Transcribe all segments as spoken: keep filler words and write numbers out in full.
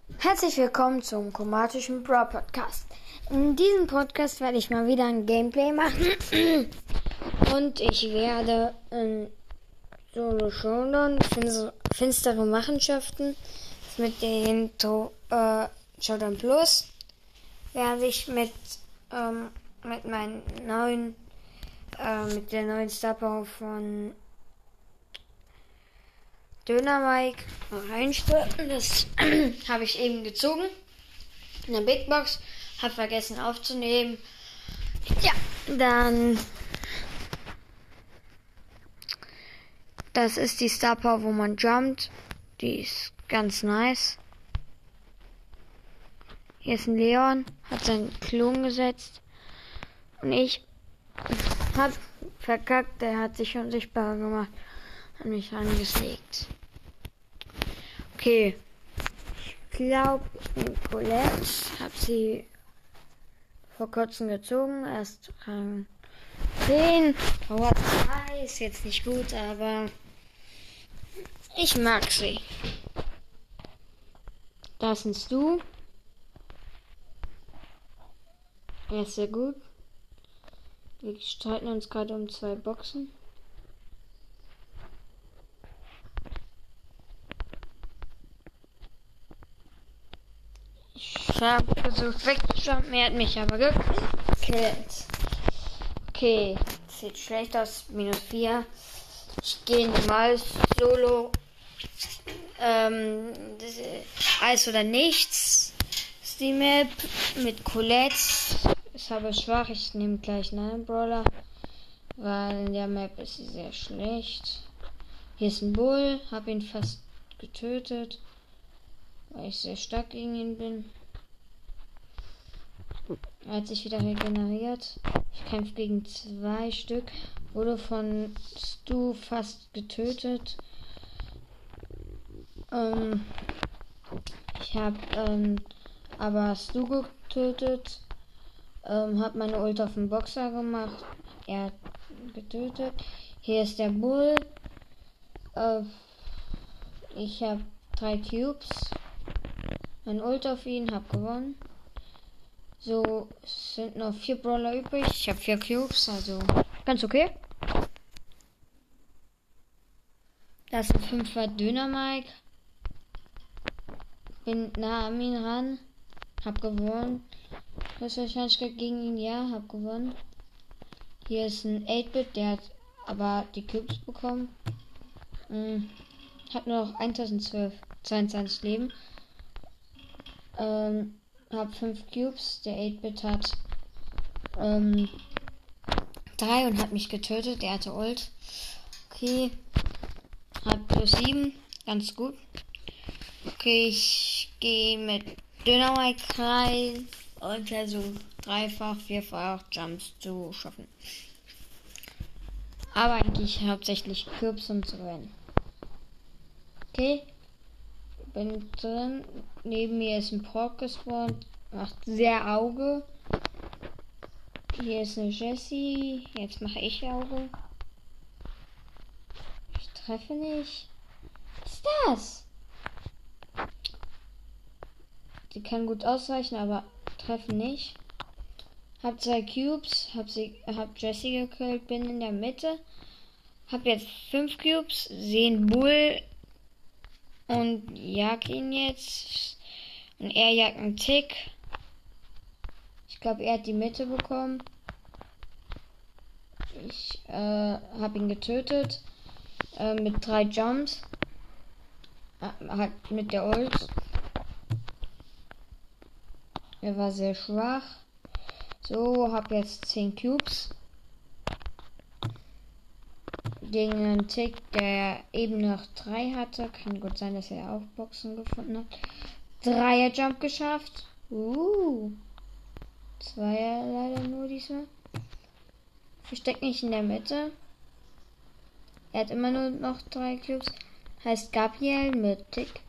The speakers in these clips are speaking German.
Herzlich willkommen zum chromatischen Brawl Podcast. In diesem Podcast werde ich mal wieder ein Gameplay machen und ich werde in Solo Showdown finstere Machenschaften mit dem äh, Showdown Plus werde ich mit ähm, mit meinen neuen äh, mit der neuen Star Power von Dynamite reinstürzen. Das habe ich eben gezogen in der Big Box. Habe vergessen aufzunehmen. Ja, dann das ist die Star Power, wo man jumpt. Die ist ganz nice. Hier ist ein Leon, hat seinen Klon gesetzt. Und ich hab verkackt, der hat sich unsichtbar gemacht und mich angeschlägt. Okay. Ich glaube, in Colette habe sie vor kurzem gezogen. Erst Rang zehn. Power zwei ist jetzt nicht gut, aber ich mag sie. Das bist du. Er ist sehr gut. Wir streiten uns gerade um zwei Boxen. Ich habe versucht wegzujumpen, er hat mich aber gekillt. Okay, sieht schlecht aus, minus vier. Ich gehe mal Solo. Ähm, Eis oder nichts. Das ist die Map mit Colette. Ist aber schwach, ich nehme gleich einen anderen Brawler, weil in der Map ist sie sehr schlecht. Hier ist ein Bull, habe ihn fast getötet, weil ich sehr stark gegen ihn bin. Er hat sich wieder regeneriert. Ich kämpfe gegen zwei Stück. Wurde von Stu fast getötet. Ähm, ich habe ähm, aber Stu getötet. Ähm, habe meine Ult auf den Boxer gemacht. Er hat getötet. Hier ist der Bull. Äh, ich habe drei Cubes. Mein Ult auf ihn, habe gewonnen. So, es sind noch vier Brawler übrig. Ich habe vier Cubes, also ganz okay. Das ist ein Fünfer Dynamite. Bin nah an ihn ran. Hab gewonnen. Höchstwahrscheinlich gegen ihn, ja, hab gewonnen. Hier ist ein acht-Bit, der hat aber die Cubes bekommen. Hm. Hat nur noch eintausendzwölf, Leben. Ähm, hab fünf Cubes. Der acht-Bit hat ähm, drei und hat mich getötet. Der hatte Ult. Okay. Hat plus sieben. Ganz gut. Okay, ich gehe mit Dynamite rein und versuche dreifach, vierfach Jumps zu schaffen. Aber eigentlich hauptsächlich Cubes um zu rennen. Okay. Bin drin. Neben mir ist ein Brock gespawnt. Macht sehr Auge. Hier ist eine Jessie. Jetzt mache ich Auge. Ich treffe nicht. Was ist das? Sie kann gut ausweichen, aber treffen nicht. Hab zwei Cubes. Hab, sie, hab Jessie gekillt. Bin in der Mitte. Hab jetzt fünf Cubes. Sehen Bull. Und jag ihn jetzt. Und er jagt einen Tick. Ich glaube, er hat die Mitte bekommen. Ich äh, habe ihn getötet. Äh, mit drei Jumps. Äh, halt mit der Ult. Er war sehr schwach. So, habe jetzt zehn Cubes. Gegen einen Tick, der eben noch drei hatte. Kann gut sein, dass er auch Boxen gefunden hat. Dreier Jump geschafft. Uh. Zweier leider nur diesmal. Versteckt mich in der Mitte. Er hat immer nur noch drei Cubes. Heißt Gabriel mit Tick.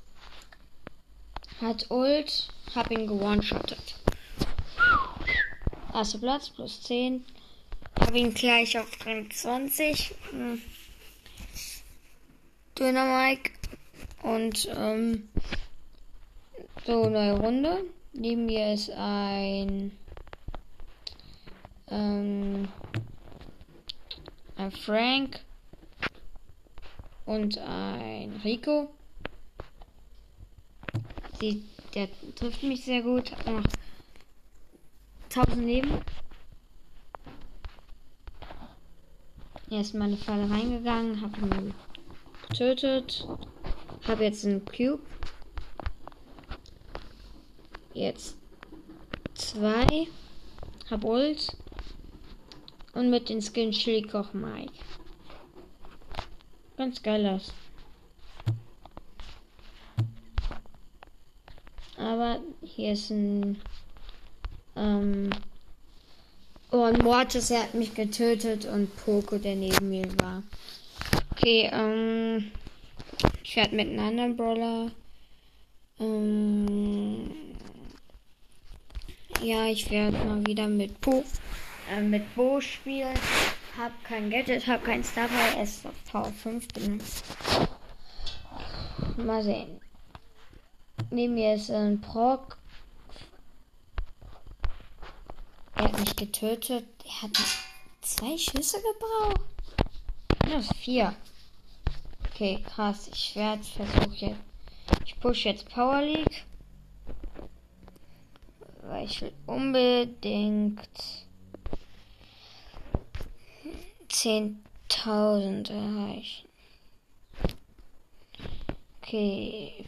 Hat Ult. Hab ihn gewone-shottet. Erster Platz, plus zehn. Hab ihn gleich auf Rang zwanzig. Hm. Dynamite. Und ähm, So, neue Runde. Neben mir ist ein, ähm, ein Frank und ein Rico. Die, der trifft mich sehr gut. Noch tausend Leben. Er ist in meine Falle reingegangen, habe ihn getötet. Habe jetzt einen Cube. Jetzt zwei. Hab Ult. Und mit den Skin Chili Koch Mike. Ganz geil aus. Aber hier ist ein ähm oh, und Mortis, er hat mich getötet und Poco, der neben mir war. Okay, ähm ich werde mit einem anderen Brawler. Ähm, ja, ich werde mal wieder mit Po, äh, mit Bo spielen. Hab kein Gadget, hab kein Star, weil es auf Power fünf bin. Mal sehen. Neben mir ist ein Brock. Er hat mich getötet. Er hat zwei Schüsse gebraucht. Ja, vier. Okay, krass. Ich werde versuchen jetzt. Ich push jetzt Power League. Weil ich will unbedingt zehntausend erreichen. Okay.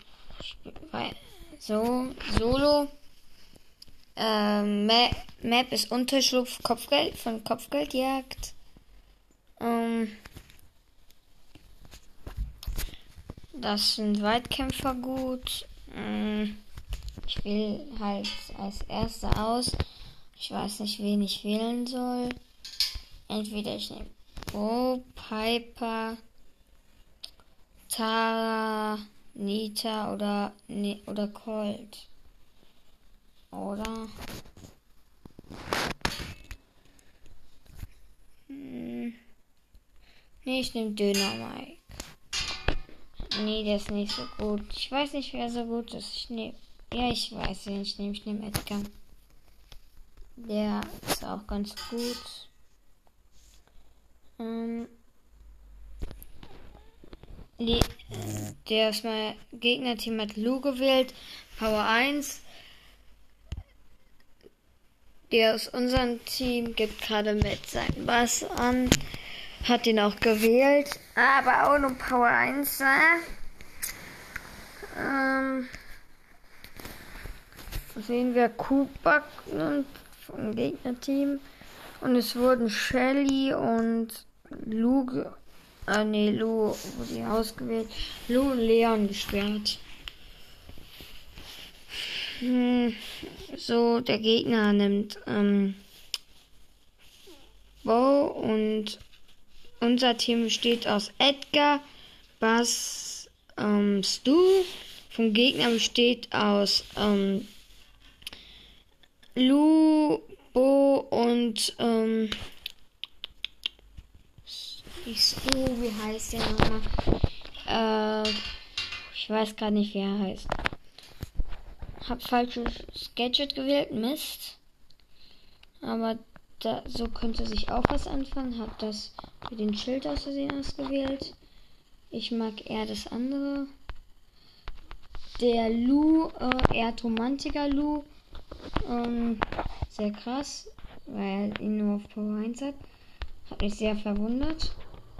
So, Solo. Ähm, Map, Map ist Unterschlupf Kopfgeld von Kopfgeldjagd. Ähm, das sind Weitkämpfer gut. Ähm, ich wähle halt als erster aus. Ich weiß nicht, wen ich wählen soll. Entweder ich nehme Bo, Piper, Tara, Nita oder ne, oder Colt. Oder? Hm. Nee, ich nehme Döner Mike. Nee, der ist nicht so gut. Ich weiß nicht, wer so gut ist. Ich nehme. Ja, ich weiß wen ich nehme. Ich nehme Edgar. Der ist auch ganz gut. Ähm. Die, der aus meinem Gegnerteam hat Lu gewählt. Power eins. Der aus unserem Team gibt gerade mit seinem Bass an. Hat ihn auch gewählt. Aber auch nur Power eins. Äh? Ähm, sehen wir Kubak vom Gegnerteam. Und es wurden Shelly und Lu. Ah ne, Lu wurde die ausgewählt. Lu und Leon gesperrt. Hm, so, der Gegner nimmt ähm, Bo und unser Team besteht aus Edgar, Bass, ähm, Stu. Vom Gegner besteht aus ähm, Lu, Bo und ähm, Stu, wie heißt der nochmal? Äh, ich weiß gar nicht, wie er heißt. Hab falsches Gadget gewählt, Mist. Aber da, so könnte sich auch was anfangen. Hab das für den Schild aus Versehen ausgewählt. Ich mag eher das andere. Der Lu, äh, eher Romantiker Lu. Ähm, sehr krass, weil er ihn nur auf Power eins hat. Hat mich sehr verwundert.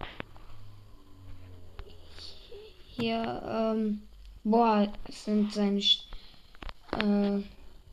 Hier, ähm, boah, es sind seine, äh,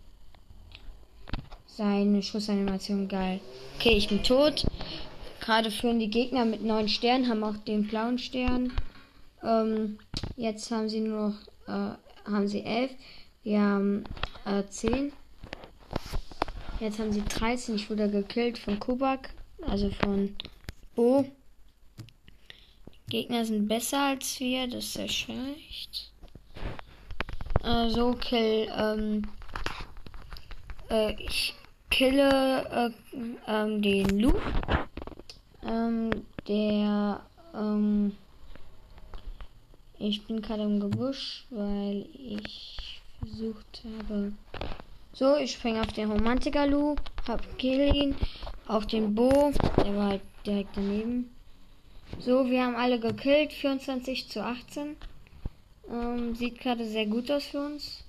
seine Schussanimationen geil. Okay, ich bin tot. Gerade führen die Gegner mit neun Sternen, haben auch den blauen Stern. Ähm, jetzt haben sie nur noch, äh, haben sie elf. Wir haben äh, zehn. Jetzt haben sie dreizehn. Ich wurde gekillt von Kubak, also von Bo. Gegner sind besser als wir, das ist sehr schlecht. Äh, so kill, ähm, äh, ich kille äh, ähm, den Lu. Ähm, der, ähm, ich bin gerade im Gebüsch, weil ich gesucht habe. So, ich springe auf den Romantiker Lu, hab kill ihn, auf den Bo, der war halt direkt daneben. So, wir haben alle gekillt, vierundzwanzig zu achtzehn. Ähm, sieht gerade sehr gut aus für uns.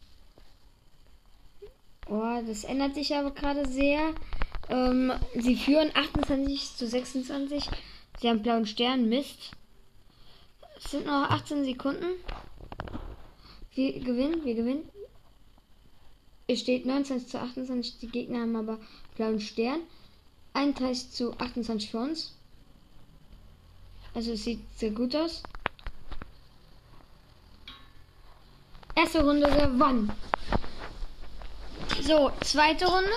Oh, das ändert sich aber gerade sehr. Ähm, sie führen achtundzwanzig zu sechsundzwanzig. Sie haben blauen Stern, Mist. Es sind noch achtzehn Sekunden. Wir gewinnen, wir gewinnen. Es steht neunundzwanzig zu achtundzwanzig, die Gegner haben aber blauen Stern. einunddreißig zu achtundzwanzig für uns. Also es sieht sehr gut aus. Erste Runde gewonnen. So, zweite Runde.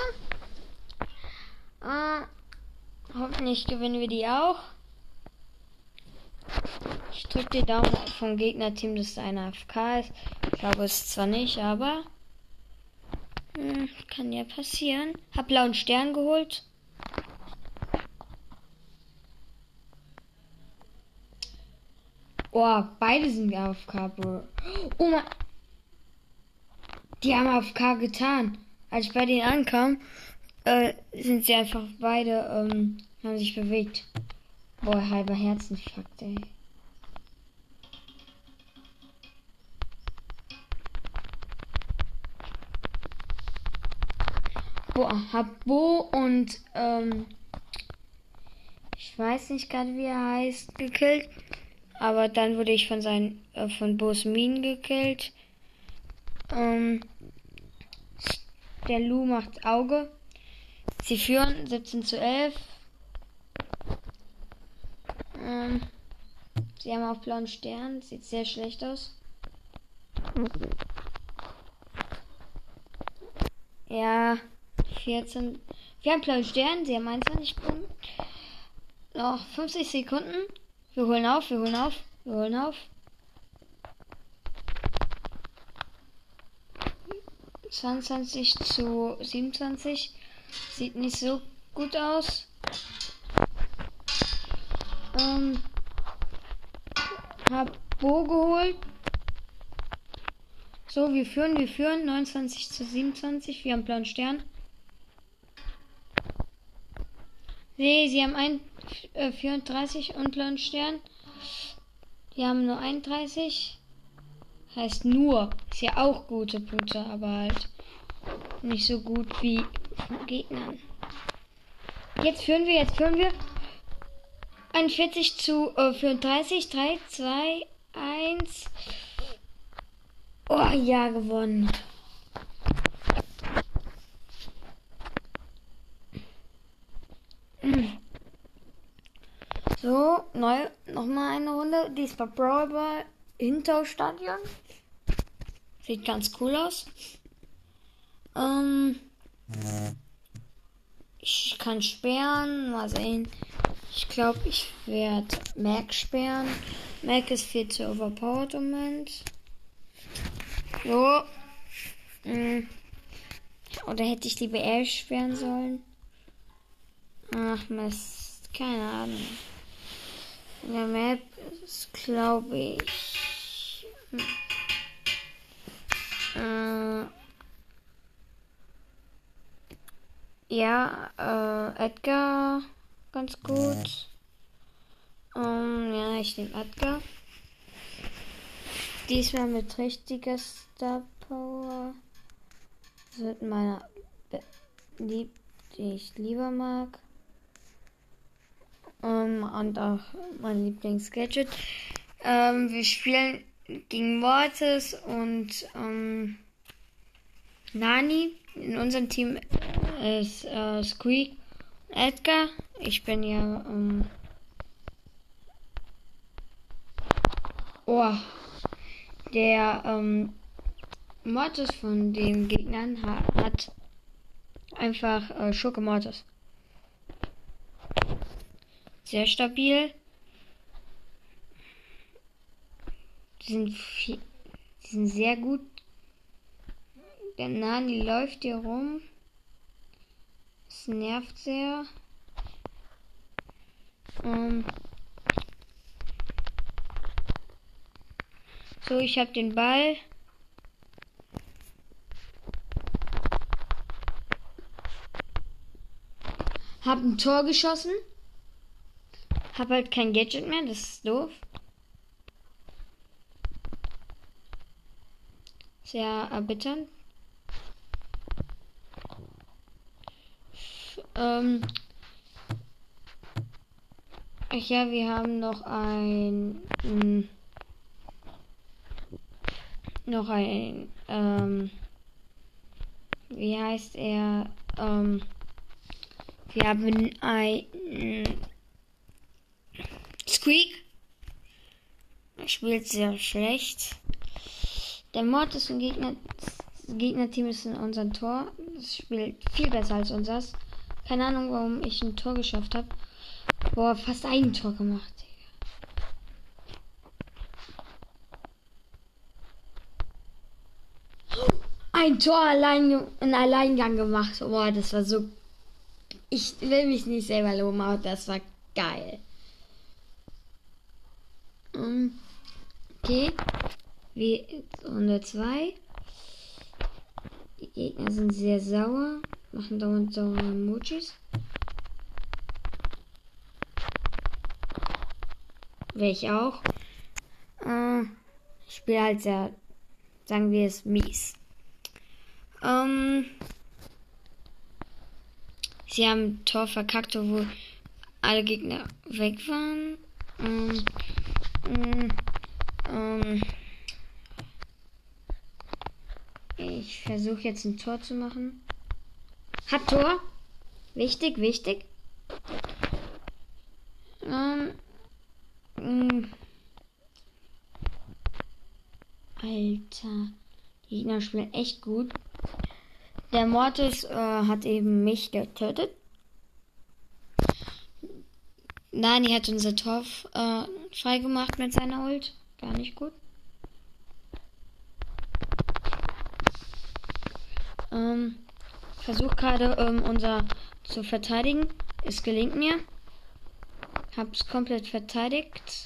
Äh, hoffentlich gewinnen wir die auch. Ich drücke die Daumen vom Gegnerteam, dass da einer A F K ist. Ich glaube es zwar nicht, aber hm, kann ja passieren. Hab blauen Stern geholt. Oh, beide sind A F K. Oh mein. Die haben A F K getan. Als ich bei denen ankam, äh, sind sie einfach beide, ähm, haben sich bewegt. Boah, halber Herzinfarkt, ey. Boah, hab Bo und, ähm, ich weiß nicht gerade, wie er heißt, gekillt. Aber dann wurde ich von seinen, äh, von Bo's Minen gekillt. Ähm, der Lu macht Auge. Sie führen siebzehn zu elf. Ähm, sie haben auch blauen Stern. Sieht sehr schlecht aus. Ja, vierzehn. Wir haben blauen Stern. Sie haben einundzwanzig Punkte. Noch fünfzig Sekunden. Wir holen auf, wir holen auf, wir holen auf. zweiundzwanzig zu siebenundzwanzig. Sieht nicht so gut aus. Ähm, hab Bo geholt. So, wir führen, wir führen. neunundzwanzig zu siebenundzwanzig. Wir haben blauen Stern. Nee, sie haben ein, äh, vierunddreißig und blauen Stern. Die haben nur einunddreißig. Heißt nur. Ist ja auch gute Punkte, aber halt nicht so gut wie von Gegnern. Jetzt führen wir, jetzt führen wir. einundvierzig zu äh, vierunddreißig. drei, zwei, eins. Oh ja, gewonnen. So, neu, nochmal eine Runde. Diesmal Brawl Ball Hinterstadion. Sieht ganz cool aus. Ähm, ich kann sperren. Mal sehen. Ich glaube, ich werde Mac sperren. Mac ist viel zu overpowered im Moment. So. Hm. Oder hätte ich lieber Ash sperren sollen? Ach Mist. Keine Ahnung. In der Map ist, glaube ich. Hm. Äh, ja, äh, Edgar ganz gut. Um, ja, ich nehme Edgar. Diesmal mit richtiger Star Power. Das wird meine lieb, die ich lieber mag. Um, und auch mein Lieblingsgadget. Ähm, wir spielen gegen Mortis und ähm, Nani. In unserem Team ist äh, Squeak, Edgar. Ich bin ja ähm, oh, der ähm, Mortis von den Gegnern ha hat einfach äh, Schurke Mortis. Sehr stabil. Die sind, viel, die sind sehr gut. Der Nani läuft hier rum. Es nervt sehr. Ähm so, ich habe den Ball. Hab ein Tor geschossen. Hab halt kein Gadget mehr, das ist doof. Sehr erbitternd. Ähm. Ach ja, wir haben noch ein. Mh, noch ein. Ähm. Wie heißt er? Ähm. Wir haben ein. Squeak. Er spielt sehr schlecht. Der Mortis im Gegner, das Gegnerteam ist in unserem Tor. Das spielt viel besser als unseres. Keine Ahnung, warum ich ein Tor geschafft habe. Boah, fast ein Tor gemacht. Ein Tor allein in Alleingang gemacht. Boah, das war so. Ich will mich nicht selber loben, aber das war geil. Okay. Wie Runde zwei. Die Gegner sind sehr sauer. Machen dauernd saure Emojis. Will ich auch. Äh, ich spiele halt sehr, sagen wir es, mies. Ähm, sie haben ein Tor verkackt, wo alle Gegner weg waren. Ähm, ähm, ähm, ich versuche jetzt ein Tor zu machen. Hat Tor. Wichtig, wichtig. Ähm, ähm, Alter. Die Gegner spielen echt gut. Der Mortis äh, hat eben mich getötet. Nani hat unser Tor äh, freigemacht mit seiner Ult. Gar nicht gut. Ähm, versuche gerade ähm, unser zu verteidigen. Es gelingt mir. Hab's komplett verteidigt.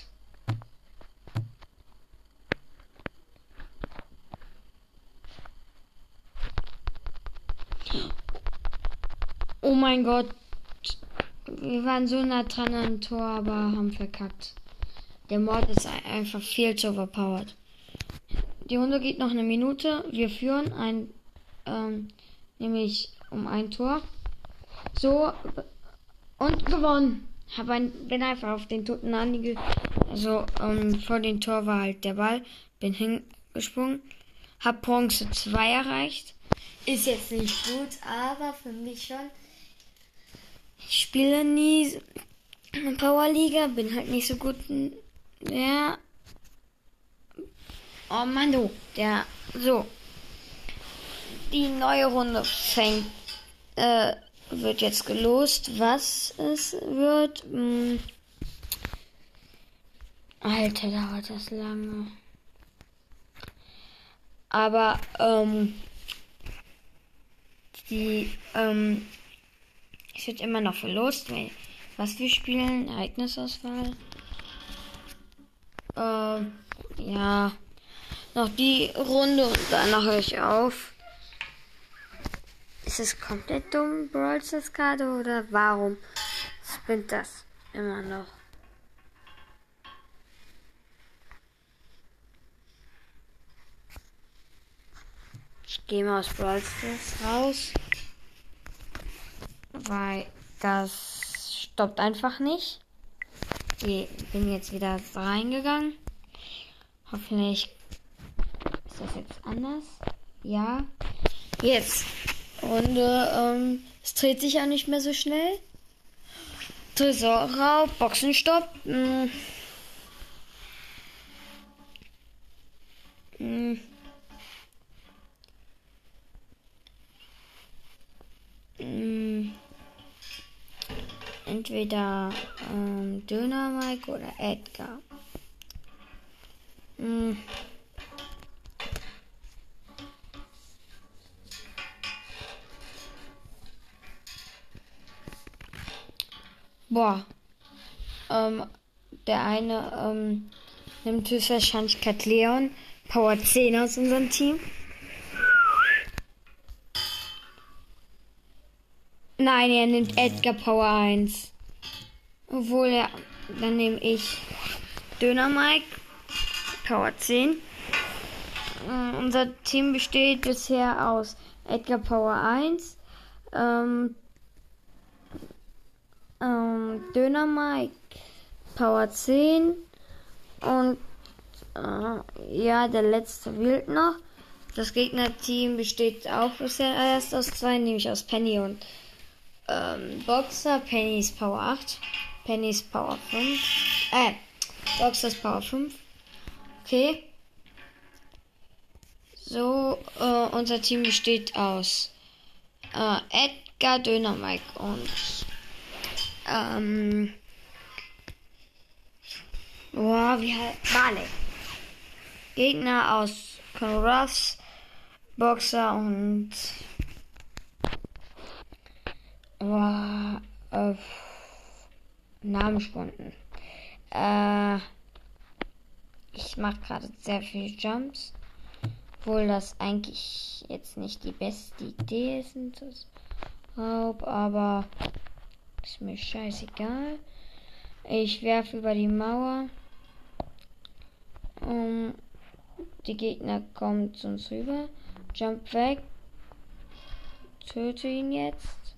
Oh mein Gott. Wir waren so nah dran am Tor, aber haben verkackt. Der Mord ist einfach viel zu overpowered. Die Runde geht noch eine Minute. Wir führen ein, ähm, nämlich um ein Tor. So. Und gewonnen. Hab ein, bin einfach auf den toten Nani, also ähm, vor dem Tor war halt der Ball. Bin hingesprungen. Hab Bronze zwei erreicht. Ist jetzt nicht gut, aber für mich schon. Ich spiele nie in Powerliga, bin halt nicht so gut. Ja. Oh Mann, du. Der. So. Die neue Runde fängt. Äh, wird jetzt gelost, was es wird. Hm. Alter, dauert das lange. Aber, ähm. Die, ähm. Es wird immer noch verlost, weil was wir spielen, Ereignisauswahl. Ähm, ja. Noch die Runde und danach höre ich auf. Ist es komplett dumm, Brawl Stars gerade, oder warum spinnt das immer noch? Ich gehe mal aus Brawl Stars raus. Weil das stoppt einfach nicht. Ich bin jetzt wieder reingegangen. Hoffentlich ist das jetzt anders. Ja. Jetzt. Und ähm, es dreht sich auch nicht mehr so schnell. Tresorraub, Boxenstopp. Hm. Hm. Hm. Entweder ähm, Döner Mike oder Edgar. Hm. Boah. Ähm, der eine ähm, nimmt höchstwahrscheinlich Kat Leon, Power zehn aus unserem Team. Nein, er nimmt Edgar Power eins. Obwohl er... Dann nehme ich Döner Mike Power zehn. Uh, unser Team besteht bisher aus Edgar Power eins, ähm, ähm, Döner Mike Power zehn und äh, ja, der letzte wählt noch. Das Gegnerteam besteht auch bisher erst aus zwei, nämlich aus Penny und ähm, Boxer. Penny ist Power acht, Penny ist Power fünf, äh, Boxer ist Power fünf. Okay. So, äh, unser Team besteht aus äh, Edgar, Döner Mike und ähm, boah, wie heißt Barley. Gegner aus Conruffs, Boxer und boah, äh, Namensspunden. Äh, ich mache gerade sehr viele Jumps. Obwohl das eigentlich jetzt nicht die beste Idee ist, aber ist mir scheißegal. Ich werfe über die Mauer. Um, die Gegner kommen zu uns rüber. Jump weg. Töte ihn jetzt.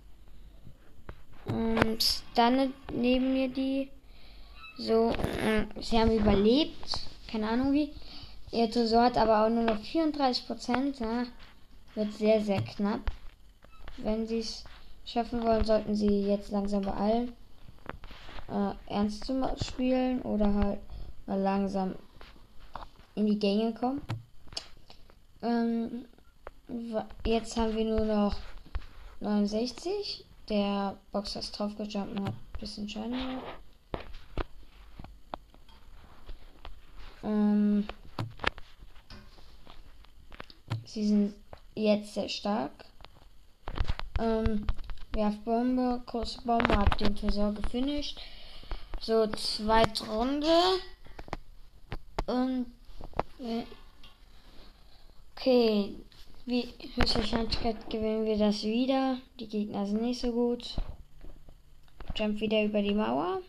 Und dann neben mir die. So, äh, sie haben überlebt. Keine Ahnung wie. Ihr Tresor hat aber auch nur noch vierunddreißig Prozent. Ja. Wird sehr, sehr knapp. Wenn sie es schaffen wollen, sollten sie jetzt langsam beeilen, äh, ernst zu spielen oder halt mal langsam in die Gänge kommen. Ähm, jetzt haben wir nur noch neunundsechzig. Der Boxer ist draufgejumpt und hat ein bisschen Schaden gemacht. Ähm, Sie sind jetzt sehr stark. Ähm, Werfbombe, große Bombe, hab den Tresor gefinisht. So, zweite Runde. Und, äh, okay, wie Höchstwahrscheinlichkeit gewinnen wir das wieder. Die Gegner sind nicht so gut. Jump wieder über die Mauer.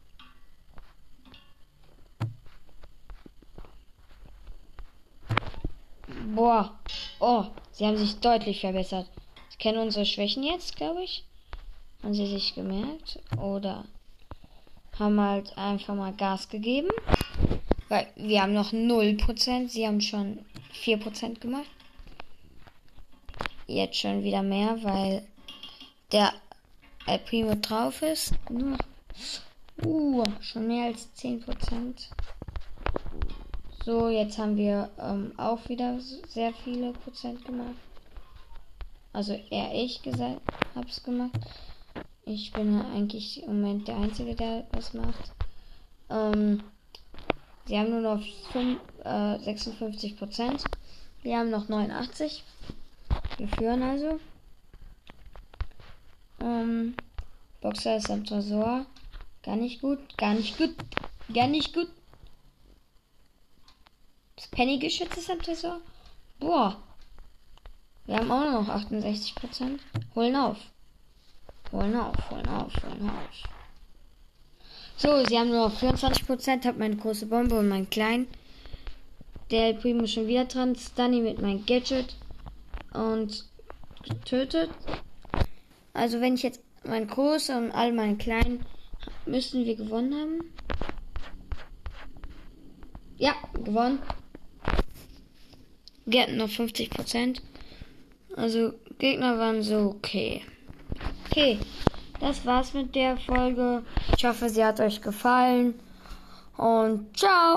Boah. Oh, sie haben sich deutlich verbessert. Sie kennen unsere Schwächen jetzt, glaube ich. Haben sie sich gemerkt. Oder haben halt einfach mal Gas gegeben. Weil wir haben noch null Prozent. Sie haben schon vier Prozent gemacht. Jetzt schon wieder mehr, weil der El Primo drauf ist. Nur uh, schon mehr als zehn Prozent. So, jetzt haben wir ähm, auch wieder sehr viele Prozent gemacht. Also eher ich gesagt, hab's gemacht. Ich bin ja eigentlich im Moment der Einzige, der das macht. Ähm, sie haben nur noch fünf, äh, sechsundfünfzig Prozent. Wir haben noch neunundachtzig. Wir führen also. Ähm, Boxer ist am Tresor. Gar nicht gut, gar nicht gut, gar nicht gut. Das Penny-Geschütz ist am Tresor. Boah. Wir haben auch noch achtundsechzig Prozent. Holen auf. Holen auf, holen auf, holen auf. So, sie haben nur noch vierundzwanzig Prozent. Hab meine große Bombe und meinen kleinen. Der El Primo schon wieder dran. Stunny mit meinem Gadget. Und getötet. Also wenn ich jetzt meinen großen und all meinen kleinen, müssten wir gewonnen haben. Ja, gewonnen. Wir hatten noch fünfzig Prozent. Also Gegner waren so okay. Okay, das war's mit der Folge. Ich hoffe, sie hat euch gefallen. Und ciao.